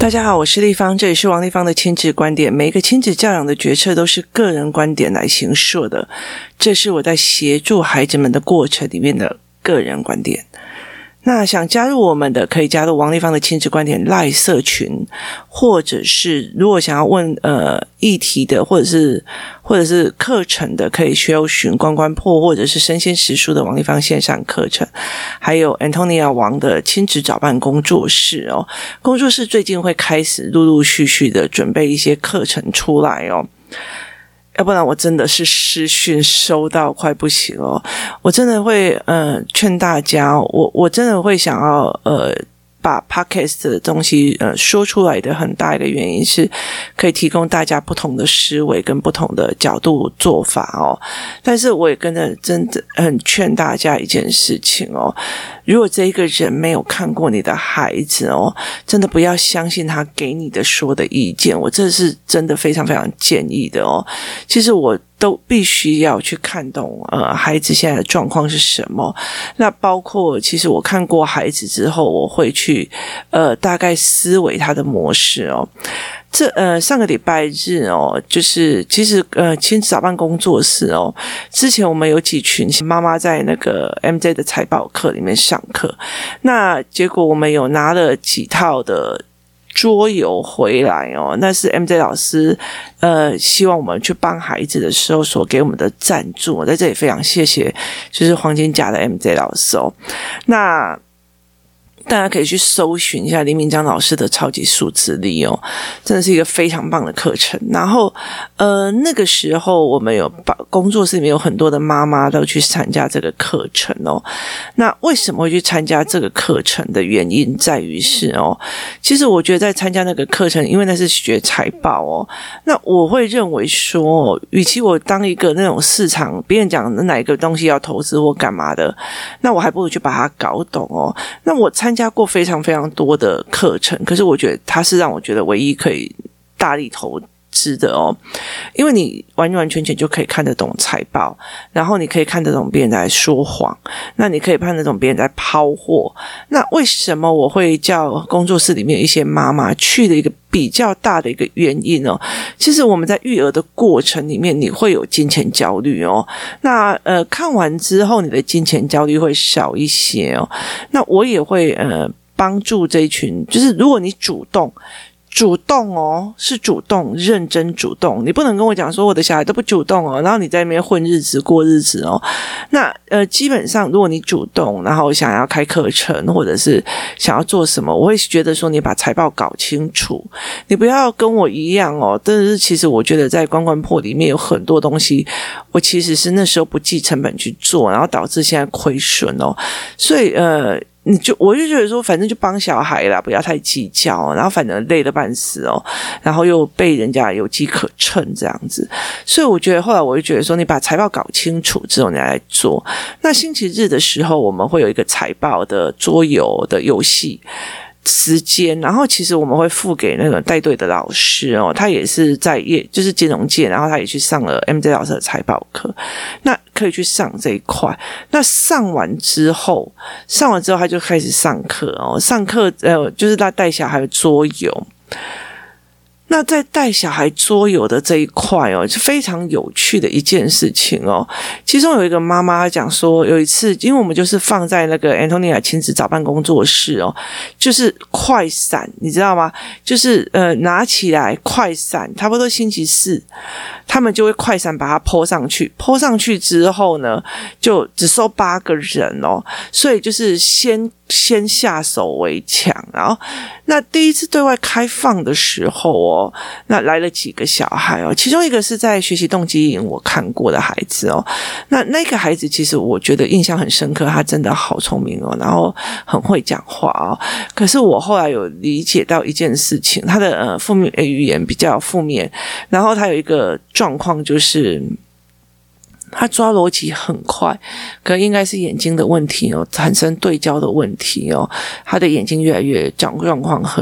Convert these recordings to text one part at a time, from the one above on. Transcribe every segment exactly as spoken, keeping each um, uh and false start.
大家好，我是立方，这里是王立方的亲子观点。每一个亲子教养的决策都是个人观点来形塑的，这是我在协助孩子们的过程里面的个人观点。那想加入我们的，可以加入王立方的亲子观点 LINE 社群，或者是如果想要问呃议题的，或者是或者是课程的，可以搜寻关关破或者是身先实书的王立方线上课程，还有 Antonia 王的亲子早办工作室哦。工作室最近会开始陆陆续续的准备一些课程出来哦。要不然我真的是私讯收到快不行哦，我真的会呃劝大家，我我真的会想要呃把 podcast 的东西呃说出来的很大一个原因是可以提供大家不同的思维跟不同的角度做法哦。但是我也跟着真的很劝大家一件事情哦，如果这一个人没有看过你的孩子哦，真的不要相信他给你的说的意见，我这是真的非常非常建议的哦。其实我都必须要去看懂呃孩子现在的状况是什么，那包括其实我看过孩子之后，我会去呃大概思维他的模式哦。这呃上个礼拜日哦，就是其实呃亲子早办工作室哦，之前我们有几群妈妈在那个 M J 的财报课里面上课，那结果我们有拿了几套的桌游回来哦，那是 M J 老师呃希望我们去帮孩子的时候所给我们的赞助，我在这里非常谢谢就是黄金甲的 M J 老师哦。那大家可以去搜寻一下林明章老师的超级数字力哦，真的是一个非常棒的课程。然后呃那个时候我们有把工作室里面有很多的妈妈都去参加这个课程哦。那为什么会去参加这个课程的原因在于是哦，其实我觉得在参加那个课程，因为那是学财报哦，那我会认为说，与其我当一个那种市场别人讲哪一个东西要投资或干嘛的，那我还不如去把它搞懂哦。那我参加过非常非常多的课程，可是我觉得它是让我觉得唯一可以大力投资的哦，因为你完完全全就可以看得懂财报，然后你可以看得懂别人在说谎，那你可以看得懂别人在抛货。那为什么我会叫工作室里面有一些妈妈去的一个比较大的一个原因哦，其实我们在育儿的过程里面，你会有金钱焦虑哦。那呃看完之后，你的金钱焦虑会少一些哦。那我也会呃帮助这一群，就是如果你主动。主动哦，是主动，认真主动。你不能跟我讲说我的小孩都不主动哦，然后你在那边混日子过日子哦。那呃，基本上如果你主动，然后想要开课程或者是想要做什么，我会觉得说你把财报搞清楚，你不要跟我一样哦。但是其实我觉得在关关破里面有很多东西，我其实是那时候不计成本去做，然后导致现在亏损哦。所以呃。你就我就觉得说，反正就帮小孩啦，不要太计较，然后反正累得半死哦，然后又被人家有机可乘这样子，所以我觉得后来我就觉得说，你把财报搞清楚之后，你来做。那星期日的时候，我们会有一个财报的桌游的游戏。时间，然后其实我们会付给那个带队的老师哦，他也是在业，就是金融界，然后他也去上了 M J 老师的财报课，那可以去上这一块。那上完之后，上完之后他就开始上课哦，上课呃，就是他带小孩桌游。那在带小孩桌游的这一块哦，是非常有趣的一件事情哦。其中有一个妈妈讲说，有一次，因为我们就是放在那个 Antonia 亲子早办工作室哦，就是快闪，你知道吗？就是呃拿起来快闪，差不多星期四，他们就会快闪把它 po 上去 ，po 上去之后呢，就只收八个人哦，所以就是先。先下手为强，然后那第一次对外开放的时候哦，那来了几个小孩哦，其中一个是在学习动机营我看过的孩子哦，那那个孩子其实我觉得印象很深刻，他真的好聪明哦，然后很会讲话哦，可是我后来有理解到一件事情，他的呃负面语言比较负面，然后他有一个状况就是他抓逻辑很快，可应该是眼睛的问题哦，产生对焦的问题哦，他的眼睛越来越状状况很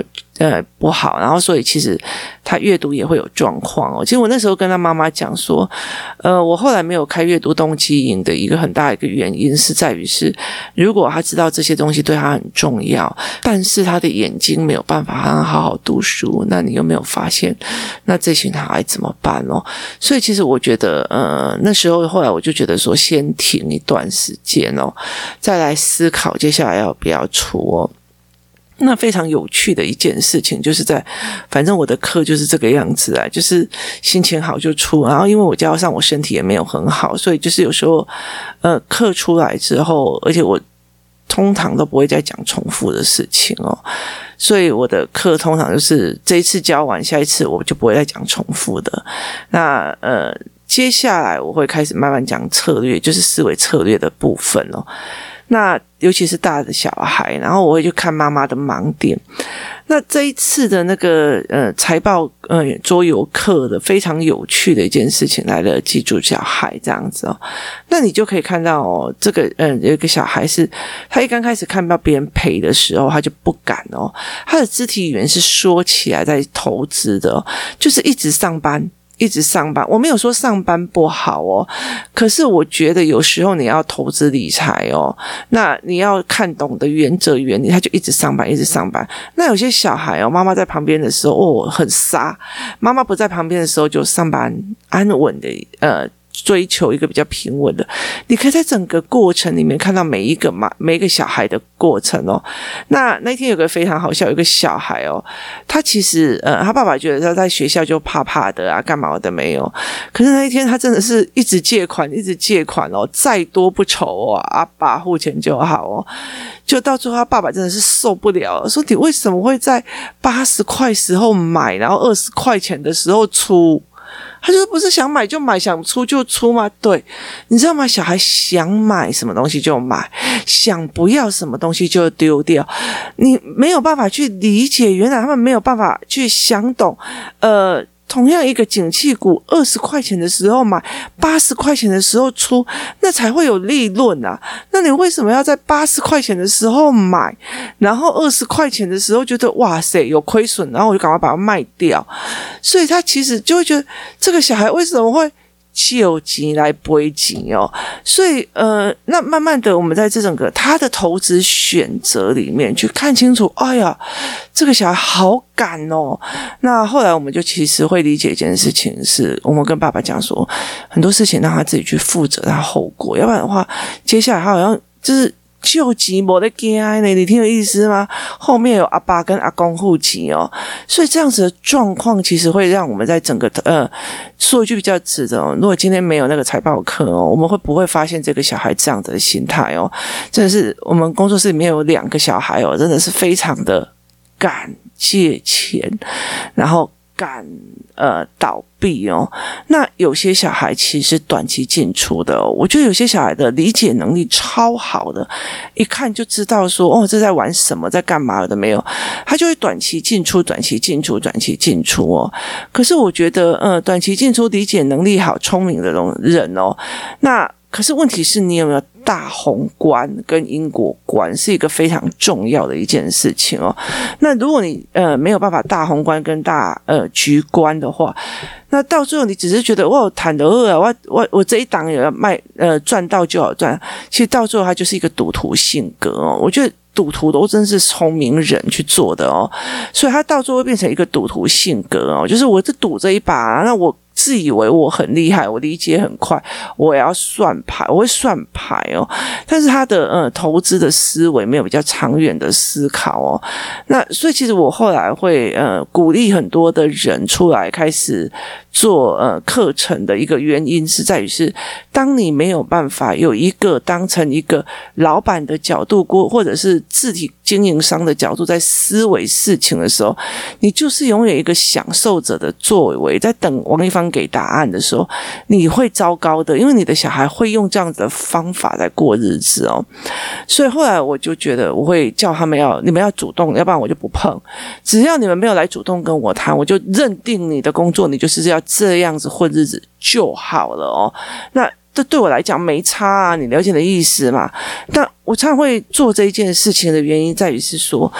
呃不好，然后所以其实他阅读也会有状况哦。其实我那时候跟他妈妈讲说，呃，我后来没有开阅读动机营的一个很大的一个原因是在于是，如果他知道这些东西对他很重要，但是他的眼睛没有办法好好读书，那你有没有发现，那这群孩子怎么办哦？所以其实我觉得，呃，那时候后来我就觉得说，先停一段时间哦，再来思考接下来要不要出哦。那非常有趣的一件事情，就是在反正我的课就是这个样子啊，就是心情好就出，然后因为我加上我身体也没有很好，所以就是有时候呃课出来之后，而且我通常都不会再讲重复的事情哦，所以我的课通常就是这一次教完，下一次我就不会再讲重复的。那呃接下来我会开始慢慢讲策略，就是思维策略的部分哦。那尤其是大的小孩，然后我会去看妈妈的盲点。那这一次的那个呃财报呃桌游课的非常有趣的一件事情来了，记住小孩这样子哦。那你就可以看到哦，这个嗯、呃、有一个小孩是他一刚开始看到别人赔的时候，他就不敢哦，他的肢体语言是说起来在投资的哦，就是一直上班。一直上班，我没有说上班不好哦，可是我觉得有时候你要投资理财哦，那你要看懂的原则原理，他就一直上班一直上班。那有些小孩哦，妈妈在旁边的时候哦很傻，妈妈不在旁边的时候就上班安稳的呃追求一个比较平稳的，你可以在整个过程里面看到每一个嘛每一个小孩的过程哦。那那天有个非常好笑，有个小孩哦，他其实呃他爸爸觉得他在学校就怕怕的啊，干嘛的没有。可是那一天他真的是一直借款，一直借款哦，再多不愁哦，阿爸付钱就好哦。就到最后他爸爸真的是受不了了，说你为什么会在八十块时候买，然后二十块钱的时候出？他就是不是想买就买，想出就出吗？对，你知道吗？小孩想买什么东西就买，想不要什么东西就丢掉。你没有办法去理解，原来他们没有办法去想懂，呃。同样一个景气股，二十块钱的时候买，八十块钱的时候出，那才会有利润啊！那你为什么要在八十块钱的时候买，然后二十块钱的时候觉得哇塞有亏损，然后我就赶快把它卖掉？所以他其实就会觉得这个小孩为什么会救急来背急哦，所以呃，那慢慢的我们在这整个他的投资选择里面去看清楚，哎呀，这个小孩好敢哦。那后来我们就其实会理解一件事情，是我们跟爸爸讲说，很多事情让他自己去负责他后果，要不然的话，接下来他好像就是救急没得惊呢，你听有意思吗？后面有阿爸跟阿公护急哦，所以这样子的状况其实会让我们在整个呃说一句比较直的哦，如果今天没有那个财报课哦，我们会不会发现这个小孩这样子的心态哦？真的是我们工作室里面有两个小孩哦，真的是非常的敢借钱，然后敢呃倒闭哦。那有些小孩其实短期进出的哦，我觉得有些小孩的理解能力超好的，一看就知道说哦这在玩什么，在干嘛的没有，他就会短期进出短期进出短期进出哦。可是我觉得呃短期进出理解能力好聪明的人哦，那可是问题是你有没有大宏观跟因果观是一个非常重要的一件事情哦。那如果你呃没有办法大宏观跟大呃局观的话，那到最后你只是觉得我谈得二啊，我我我这一档也要卖呃赚到就好赚，其实到最后它就是一个赌徒性格哦。我觉得赌徒都真是聪明人去做的哦，所以他到最后会变成一个赌徒性格哦，就是我是赌这一把，那我自以为我很厉害，我理解很快，我也要算牌，我会算牌哦。但是他的呃投资的思维没有比较长远的思考哦。那所以其实我后来会呃鼓励很多的人出来开始做呃课程的一个原因是在于是，当你没有办法有一个当成一个老板的角度过，或者是自己经营商的角度在思维事情的时候，你就是永远一个享受者的作为，在等王一芳给答案的时候，你会糟糕的，因为你的小孩会用这样子的方法来过日子哦。所以后来我就觉得我会叫他们要你们要主动，要不然我就不碰。只要你们没有来主动跟我谈，我就认定你的工作你就是要这样子混日子就好了哦。那这对我来讲没差啊，你了解的意思嘛？但我常常会做这一件事情的原因在于是说，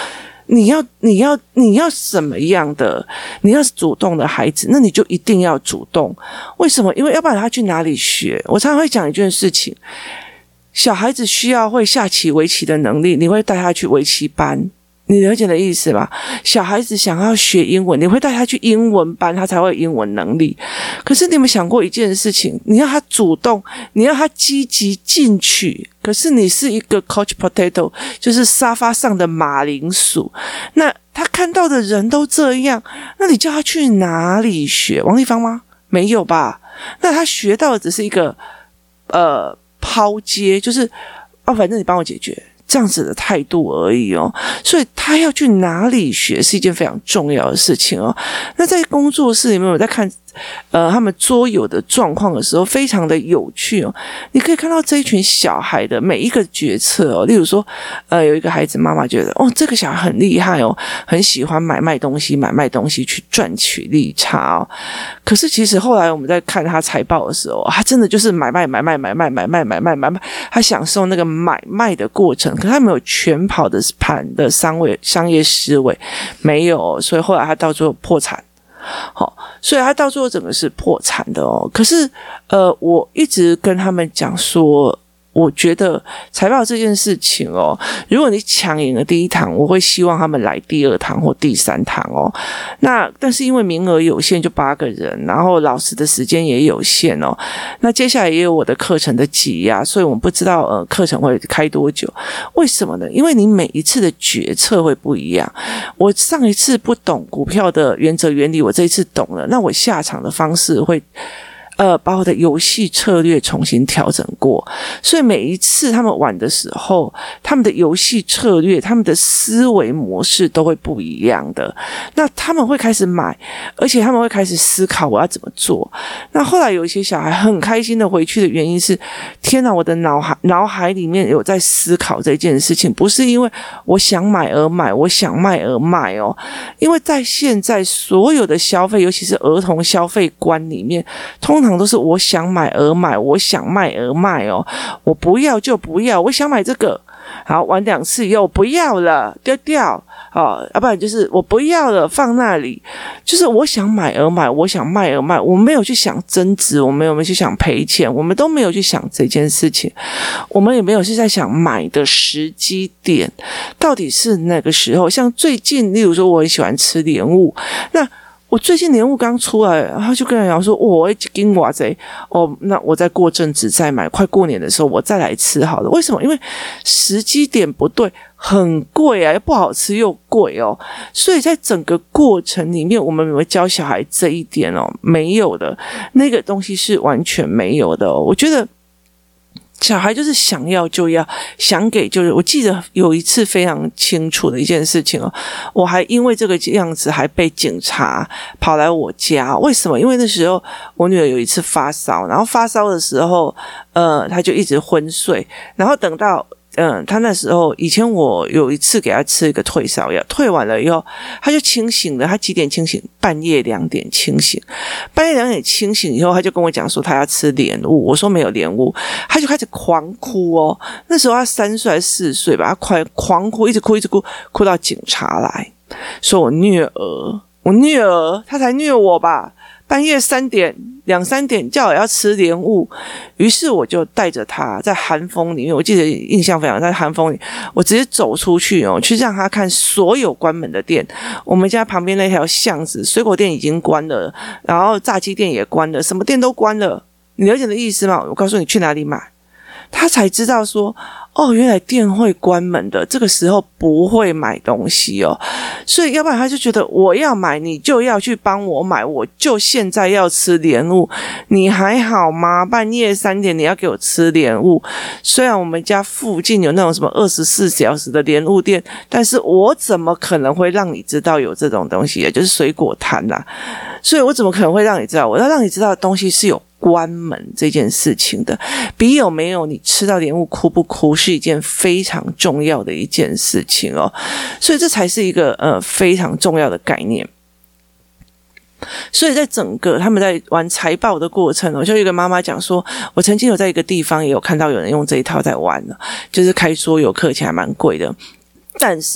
你要你要你要什么样的？你要是主动的孩子，那你就一定要主动。为什么？因为要不然他去哪里学？我常常会讲一件事情：小孩子需要会下棋、围棋的能力，你会带他去围棋班。你了解的意思吧？小孩子想要学英文，你会带他去英文班，他才会有英文能力。可是你有没有想过一件事情？你要他主动，你要他积极进取，可是你是一个 couch potato， 就是沙发上的马铃薯。那他看到的人都这样，那你叫他去哪里学？王丽芳吗？没有吧？那他学到的只是一个呃抛接，就是哦，反正你帮我解决。这样子的态度而已哦，所以他要去哪里学是一件非常重要的事情哦。那在工作室里面，我在看呃他们桌游的状况的时候，非常的有趣哦。你可以看到这一群小孩的每一个决策哦，例如说，呃，有一个孩子妈妈觉得哦，这个小孩很厉害哦，很喜欢买卖东西，买卖东西去赚取利差哦。可是其实后来我们在看他财报的时候，他真的就是买卖买卖买卖买卖买卖买卖，他享受那个买卖的过程，可是他没有全跑的盘的商位商业思维，没有，所以后来他到最后破产。好，所以他到最后整个是破产的哦。可是，呃，我一直跟他们讲说，我觉得财报这件事情哦，如果你抢赢了第一堂，我会希望他们来第二堂或第三堂哦。那但是因为名额有限，就八个人，然后老师的时间也有限哦。那接下来也有我的课程的挤压，所以我们不知道呃课程会开多久。为什么呢？因为你每一次的决策会不一样。我上一次不懂股票的原则原理，我这一次懂了，那我下场的方式会呃，把我的游戏策略重新调整过，所以每一次他们玩的时候，他们的游戏策略、他们的思维模式都会不一样的。那他们会开始买，而且他们会开始思考我要怎么做。那后来有一些小孩很开心的回去的原因是，天哪，我的脑海脑海里面有在思考这件事情，不是因为我想买而买，我想卖而卖哦。因为在现在所有的消费，尤其是儿童消费观里面，通常都是我想买而买，我想卖而卖哦，我不要就不要，我想买这个，好玩两次以后不要了，丢掉，哦，要不然就是我不要了，放那里，就是我想买而买，我想卖而卖，我没有去想增值，我们有没有去想赔钱，我们都没有去想这件事情，我们也没有是在想买的时机点到底是哪个时候。像最近，例如说我很喜欢吃莲雾，那我最近莲雾刚出来，然后就跟人讲说，我一斤哇贼哦，那我再过阵子再买，快过年的时候我再来吃好了。为什么？因为时机点不对，很贵啊，又不好吃又贵哦。所以在整个过程里面，我们有没有教小孩这一点哦？没有的，那个东西是完全没有的哦。我觉得小孩就是想要就要，想给就是。我记得有一次非常清楚的一件事情哦，我还因为这个样子还被警察跑来我家。为什么？因为那时候我女儿有一次发烧，然后发烧的时候，呃，她就一直昏睡，然后等到。嗯，他那时候以前我有一次给他吃一个退烧药，退完了以后他就清醒了。他几点清醒？半夜两点清醒。半夜两点清醒以后，他就跟我讲说他要吃莲雾。我说没有莲雾，他就开始狂哭哦。那时候他三岁还是四岁吧，他快狂哭，一直哭一直哭，哭到警察来说我虐儿，我虐儿，他才虐我吧。半夜三点两三点叫我要吃莲雾，于是我就带着他在寒风里面，我记得印象非常，在寒风里我直接走出去哦，去让他看所有关门的店。我们家旁边那条巷子水果店已经关了，然后炸鸡店也关了，什么店都关了。你了解的意思吗？我告诉你去哪里买，他才知道说哦，原来店会关门的，这个时候不会买东西哦。所以要不然他就觉得我要买你就要去帮我买，我就现在要吃莲雾，你还好吗？半夜三点你要给我吃莲雾。虽然我们家附近有那种什么二十四小时的莲雾店，但是我怎么可能会让你知道有这种东西，也就是水果摊啦、啊、所以我怎么可能会让你知道？我要让你知道的东西是有关门这件事情的，比有没有你吃到莲雾哭不哭是一件非常重要的一件事情哦，所以这才是一个呃非常重要的概念。所以在整个他们在玩财报的过程，我就有一个妈妈讲说，我曾经有在一个地方也有看到有人用这一套在玩的，就是开桌游课钱还蛮贵的，但是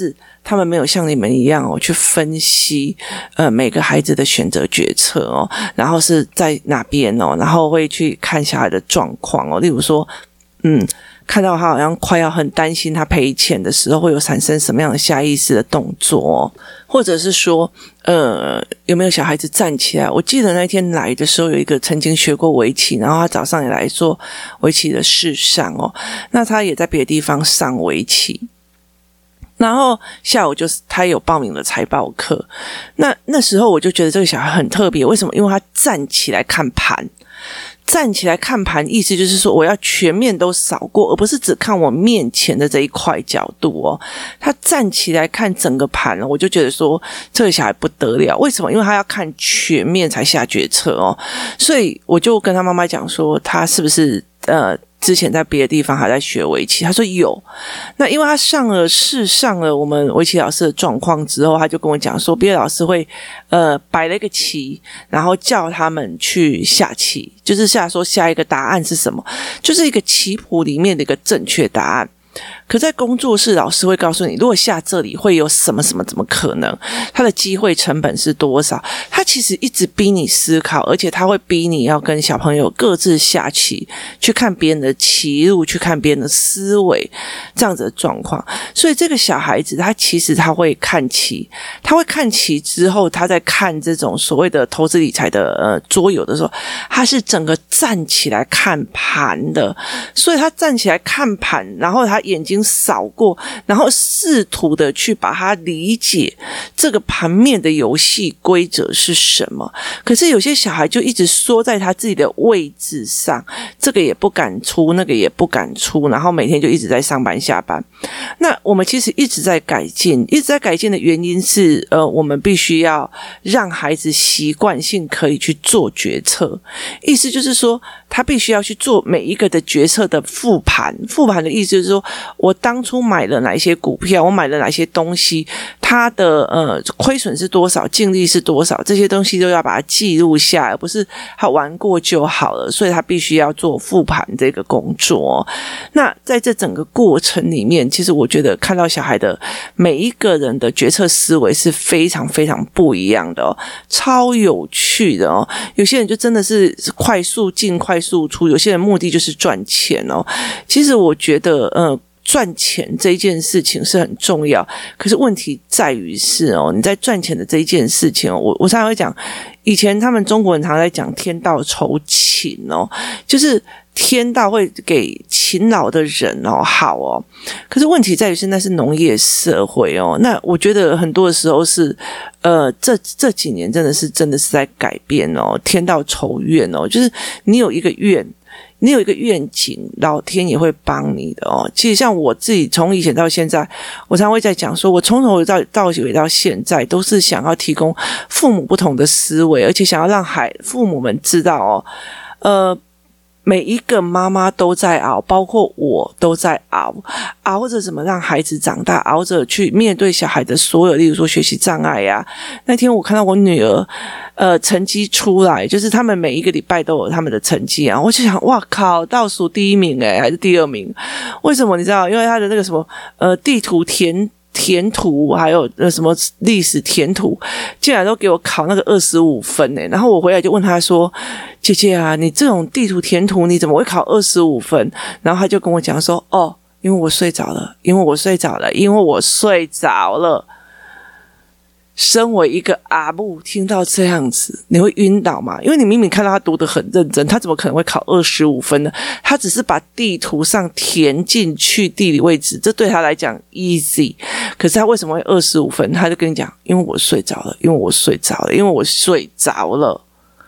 他们没有像你们一样哦去分析呃每个孩子的选择决策哦，然后是在哪边哦，然后会去看小孩的状况哦，例如说嗯。看到他好像快要很担心他赔钱的时候，会有产生什么样的下意识的动作哦，或者是说呃有没有小孩子站起来。我记得那天来的时候有一个曾经学过围棋，然后他早上也来做围棋的试上哦，那他也在别的地方上围棋，然后下午就是他有报名了财报课。那那时候我就觉得这个小孩很特别，为什么？因为他站起来看盘，站起来看盘，意思就是说我要全面都扫过，而不是只看我面前的这一块角度哦。他站起来看整个盘，我就觉得说这个小孩不得了。为什么？因为他要看全面才下决策哦。所以我就跟他妈妈讲说，他是不是呃之前在别的地方还在学围棋？他说有。那因为他上了试上了我们围棋老师的状况之后，他就跟我讲说，别的老师会呃摆了一个棋，然后叫他们去下棋，就是下说下一个答案是什么，就是一个棋谱里面的一个正确答案。可在工作室，老师会告诉你，如果下这里会有什么什么，怎么可能？他的机会成本是多少？他其实一直逼你思考，而且他会逼你要跟小朋友各自下棋，去看别人的棋路，去看别人的思维，这样子的状况。所以这个小孩子，他其实他会看棋，他会看棋之后，他在看这种所谓的投资理财的呃桌游的时候，他是整个站起来看盘的，所以他站起来看盘，然后他眼睛扫过，然后试图的去把它理解这个盘面的游戏规则是什么。可是有些小孩就一直缩在他自己的位置上，这个也不敢出，那个也不敢出，然后每天就一直在上班下班。那我们其实一直在改进，一直在改进的原因是呃，我们必须要让孩子习惯性可以去做决策，意思就是说他必须要去做每一个的决策的复盘。复盘的意思就是说，我当初买了哪一些股票，我买了哪些东西，它的呃亏损是多少，净利是多少，这些东西都要把它记录下来，而不是他玩过就好了。所以他必须要做复盘这个工作。那在这整个过程里面，其实我觉得看到小孩的每一个人的决策思维是非常非常不一样的哦，超有趣的哦。有些人就真的是快速进快速出，有些人目的就是赚钱哦。其实我觉得呃赚钱这一件事情是很重要，可是问题在于是哦，你在赚钱的这一件事情哦，我我常常会讲，以前他们中国人常常在讲天道酬勤哦，就是天道会给勤劳的人哦好哦，可是问题在于是那是农业社会哦，那我觉得很多的时候是呃这这几年真的是真的是在改变哦，天道酬愿哦，就是你有一个愿。你有一个愿景，老天也会帮你的哦。其实像我自己从以前到现在，我常会在讲说，我从头到到尾到现在都是想要提供父母不同的思维，而且想要让孩父母们知道哦，呃。每一个妈妈都在熬，包括我都在熬，熬着怎么让孩子长大，熬着去面对小孩的所有，例如说学习障碍啊。那天我看到我女儿，呃，成绩出来，就是他们每一个礼拜都有他们的成绩啊，我就想，哇靠，倒数第一名诶，还是第二名？为什么你知道？因为他的那个什么，呃，地图填。填图还有呃什么历史填图，竟然都给我考那个二十五分欸，然后我回来就问他说：“姐姐啊，你这种地图填图你怎么会考二十五分？”然后他就跟我讲说：“哦，因为我睡着了，因为我睡着了，因为我睡着了。”身为一个阿母，听到这样子，你会晕倒吗？因为你明明看到他读得很认真，他怎么可能会考二十五分呢？他只是把地图上填进去地理位置，这对他来讲 easy。可是他为什么会二十五分？他就跟你讲，因为我睡着了，因为我睡着了，因为我睡着了。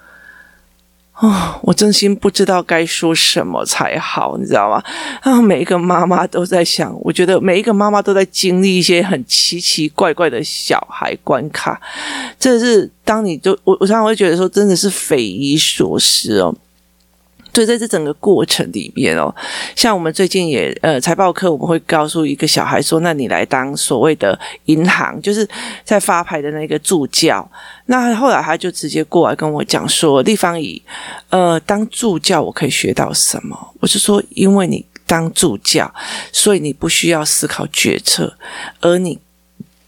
哦，我真心不知道该说什么才好，你知道吗？啊，每一个妈妈都在想，我觉得每一个妈妈都在经历一些很奇奇怪怪的小孩关卡，这是当你就我我常常会觉得说，真的是匪夷所思哦。所以在这整个过程里面哦，像我们最近也呃财报课，我们会告诉一个小孩说，那你来当所谓的银行，就是在发牌的那个助教。那后来他就直接过来跟我讲说，立方姨，呃，当助教我可以学到什么？我是说，因为你当助教，所以你不需要思考决策，而你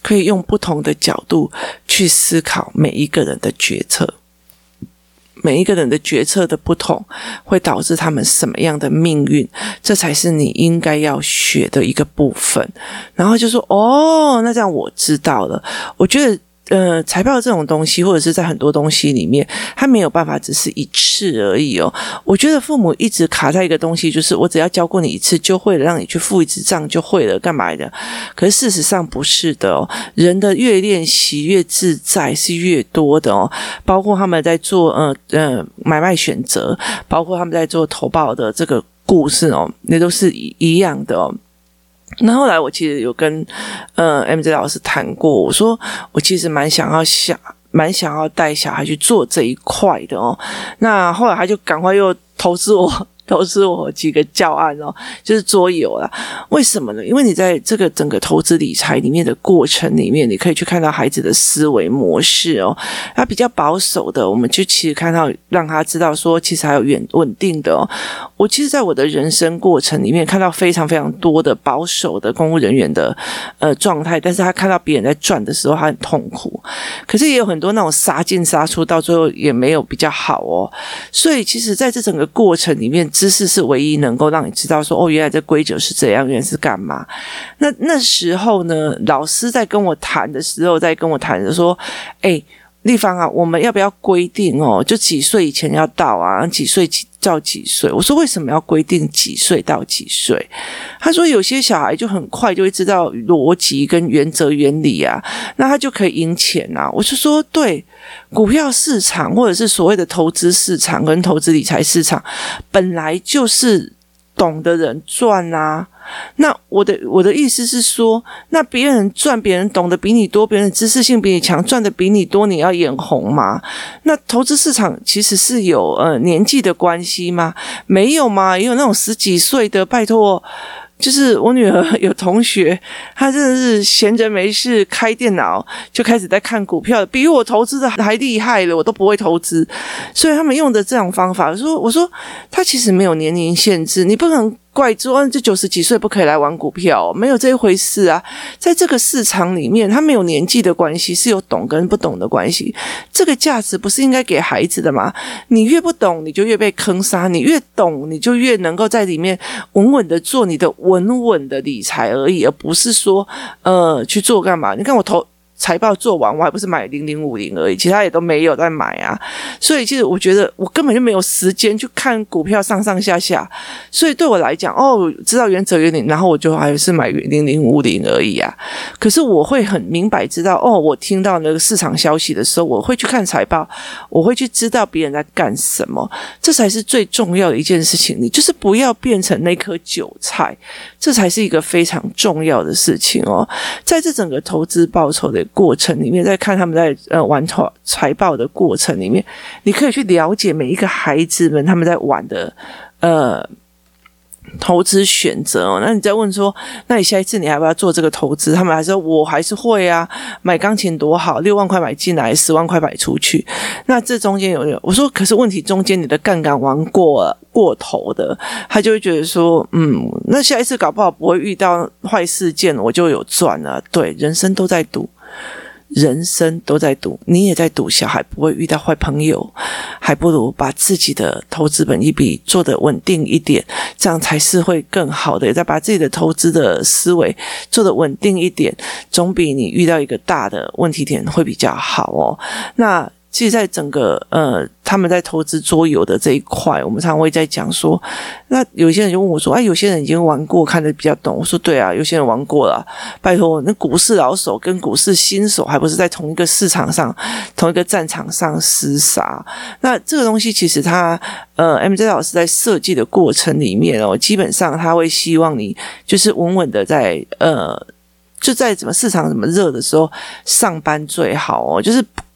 可以用不同的角度去思考每一个人的决策。每一个人的决策的不同，会导致他们什么样的命运，这才是你应该要学的一个部分。然后就说，哦，那这样我知道了。我觉得呃，财报这种东西，或者是在很多东西里面，它没有办法只是一次而已哦。我觉得父母一直卡在一个东西，就是我只要教过你一次就会了，让你去付一次账就会了，干嘛的？可是事实上不是的哦。人的越练习越自在是越多的哦。包括他们在做呃呃买卖选择，包括他们在做投报的这个故事哦，那都是一样的哦。那后来我其实有跟呃 M J 老师谈过，我说我其实蛮想要想蛮想要带小孩去做这一块的哦。那后来他就赶快又投资我投资我几个教案哦，就是桌游啦。为什么呢？因为你在这个整个投资理财里面的过程里面，你可以去看到孩子的思维模式哦。他比较保守的，我们就其实看到让他知道说，其实还有远稳定的哦。我其实在我的人生过程里面看到非常非常多的保守的公务人员的呃状态，但是他看到别人在赚的时候，他很痛苦。可是也有很多那种杀进杀出，到最后也没有比较好哦。所以其实在这整个过程里面，知识是唯一能够让你知道说，哦，原来这规则是这样，原来是干嘛。那那时候呢，老师在跟我谈的时候，在跟我谈的说，哎，立方啊，我们要不要规定哦，就几岁以前要到啊，几岁到几岁？我说为什么要规定几岁到几岁？他说有些小孩就很快就会知道逻辑跟原则原理啊，那他就可以赢钱啊。我就说对，股票市场或者是所谓的投资市场跟投资理财市场本来就是懂的人赚啊。那我的我的意思是说，那别人赚，别人懂得比你多，别人知识性比你强，赚的比你多，你要眼红吗？那投资市场其实是有呃年纪的关系吗？没有吗？也有那种十几岁的，拜托。就是我女儿有同学，她真的是闲着没事开电脑就开始在看股票，比我投资的还厉害了，我都不会投资。所以他们用的这种方法，我说我说他其实没有年龄限制，你不能怪说这九十几岁不可以来玩股票，没有这一回事啊。在这个市场里面，他没有年纪的关系，是有懂跟不懂的关系。这个价值不是应该给孩子的吗？你越不懂，你就越被坑杀；你越懂，你就越能够在里面稳稳的做你的稳稳的理财而已，而不是说呃去做干嘛。你看我投财报做完，我还不是买零零五零而已，其他也都没有在买啊。所以其实我觉得我根本就没有时间去看股票上上下下，所以对我来讲，哦，知道原则原理，然后我就还是买零零五零而已啊。可是我会很明白知道，哦，我听到那个市场消息的时候，我会去看财报，我会去知道别人在干什么，这才是最重要的一件事情。你就是不要变成那颗韭菜，这才是一个非常重要的事情哦。在这整个投资报酬的过程里面，在看他们在呃玩财报的过程里面，你可以去了解每一个孩子们他们在玩的呃投资选择哦。那你再问说，那你下一次你还要不要做这个投资？他们还说我还是会啊，买钢琴多好，六万块买进来，十万块买出去。那这中间有我说，可是问题中间你的杠杆玩过过头的，他就会觉得说，嗯，那下一次搞不好不会遇到坏事件，我就有赚了。对，人生都在赌。人生都在赌，你也在赌小孩不会遇到坏朋友，还不如把自己的投资本一笔做得稳定一点，这样才是会更好的。也再把自己的投资的思维做得稳定一点，总比你遇到一个大的问题点会比较好哦。那其实在整个呃他们在投资桌游的这一块，我们常常会在讲说，那有些人就问我说，哎，有些人已经玩过看得比较懂。我说对啊，有些人玩过了，拜托，那股市老手跟股市新手还不是在同一个市场上同一个战场上厮杀。那这个东西其实他呃 M J 老师在设计的过程里面哦，基本上他会希望你就是稳稳的在呃就在怎么市场怎么热的时候上班最好哦，就是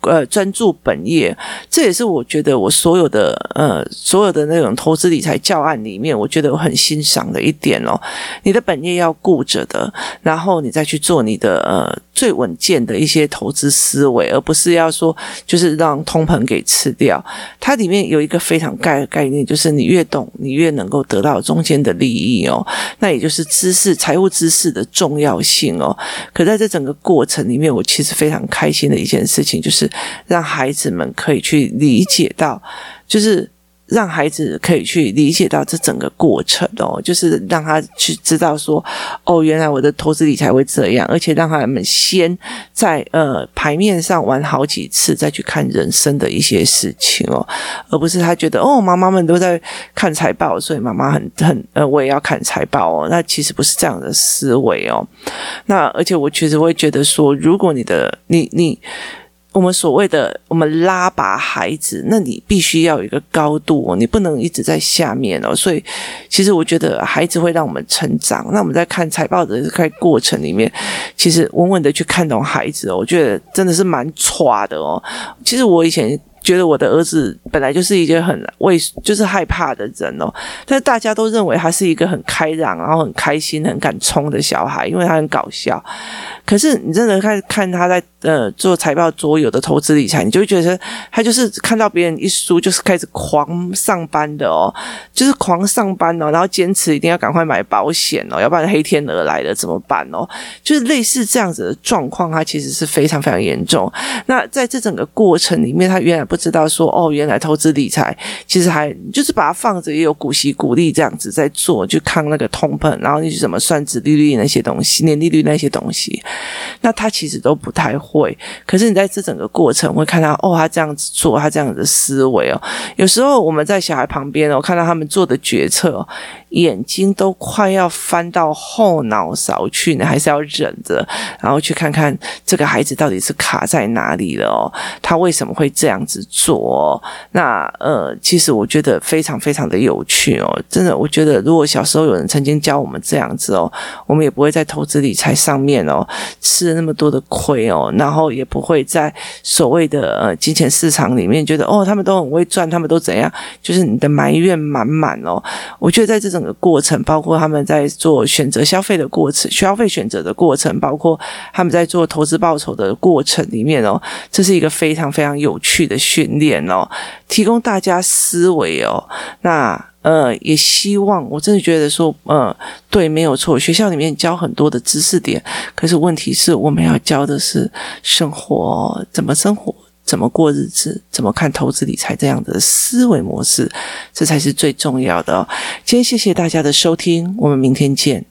呃专注本业。这也是我觉得我所有的呃所有的那种投资理财教案里面，我觉得我很欣赏的一点哦，你的本业要顾着的，然后你再去做你的呃最稳健的一些投资思维，而不是要说就是让通膨给吃掉。它里面有一个非常概概念，就是你越懂，你越能够得到中间的利益哦。那也就是知识、财务知识的重要性哦。可在这整个过程里面，我其实非常开心的一件事情，就是让孩子们可以去理解到，就是让孩子可以去理解到这整个过程哦，就是让他去知道说，哦，原来我的投资理财会这样，而且让他们先在呃牌面上玩好几次，再去看人生的一些事情哦，而不是他觉得哦，妈妈们都在看财报，所以妈妈很很呃，我也要看财报哦。那其实不是这样的思维哦。那而且我其实会觉得说，如果你的你你。我们所谓的我们拉拔孩子，那你必须要有一个高度哦，你不能一直在下面哦。所以其实我觉得孩子会让我们成长。那我们在看财报的这个过程里面，其实稳稳的去看懂孩子哦，我觉得真的是蛮歘的哦。其实我以前觉得我的儿子本来就是一个很畏就是害怕的人哦，但是大家都认为他是一个很开朗，然后很开心、很敢冲的小孩，因为他很搞笑。可是你真的看看他在呃做财报所有的投资理财，你就会觉得他就是看到别人一输就是开始狂上班的哦，就是狂上班哦，然后坚持一定要赶快买保险哦，要不然黑天鹅来了怎么办哦？就是类似这样子的状况，它其实是非常非常严重。那在这整个过程里面，他原来不知道说哦，原来投资理财其实还就是把它放着，也有股息股利这样子在做，去抗那个通膨，然后你去怎么算殖利率那些东西、年利率那些东西，那他其实都不太会。可是你在这整个过程会看到哦，他这样子做，他这样子的思维哦。有时候我们在小孩旁边哦，看到他们做的决策哦，眼睛都快要翻到后脑勺去，你还是要忍着，然后去看看这个孩子到底是卡在哪里了哦，他为什么会这样子做哦。那呃，其实我觉得非常非常的有趣哦，真的，我觉得如果小时候有人曾经教我们这样子哦，我们也不会在投资理财上面哦吃了那么多的亏哦，然后也不会在所谓的呃金钱市场里面觉得哦他们都很会赚，他们都怎样，就是你的埋怨满满哦。我觉得在这整个过程，包括他们在做选择消费的过程，消费选择的过程，包括他们在做投资报酬的过程里面哦，这是一个非常非常有趣的训练哦，提供大家思维哦。那呃，也希望我真的觉得说，呃，对，没有错，学校里面教很多的知识点，可是问题是我们要教的是生活哦，怎么生活，怎么过日子，怎么看投资理财这样的思维模式，这才是最重要的哦。今天谢谢大家的收听，我们明天见。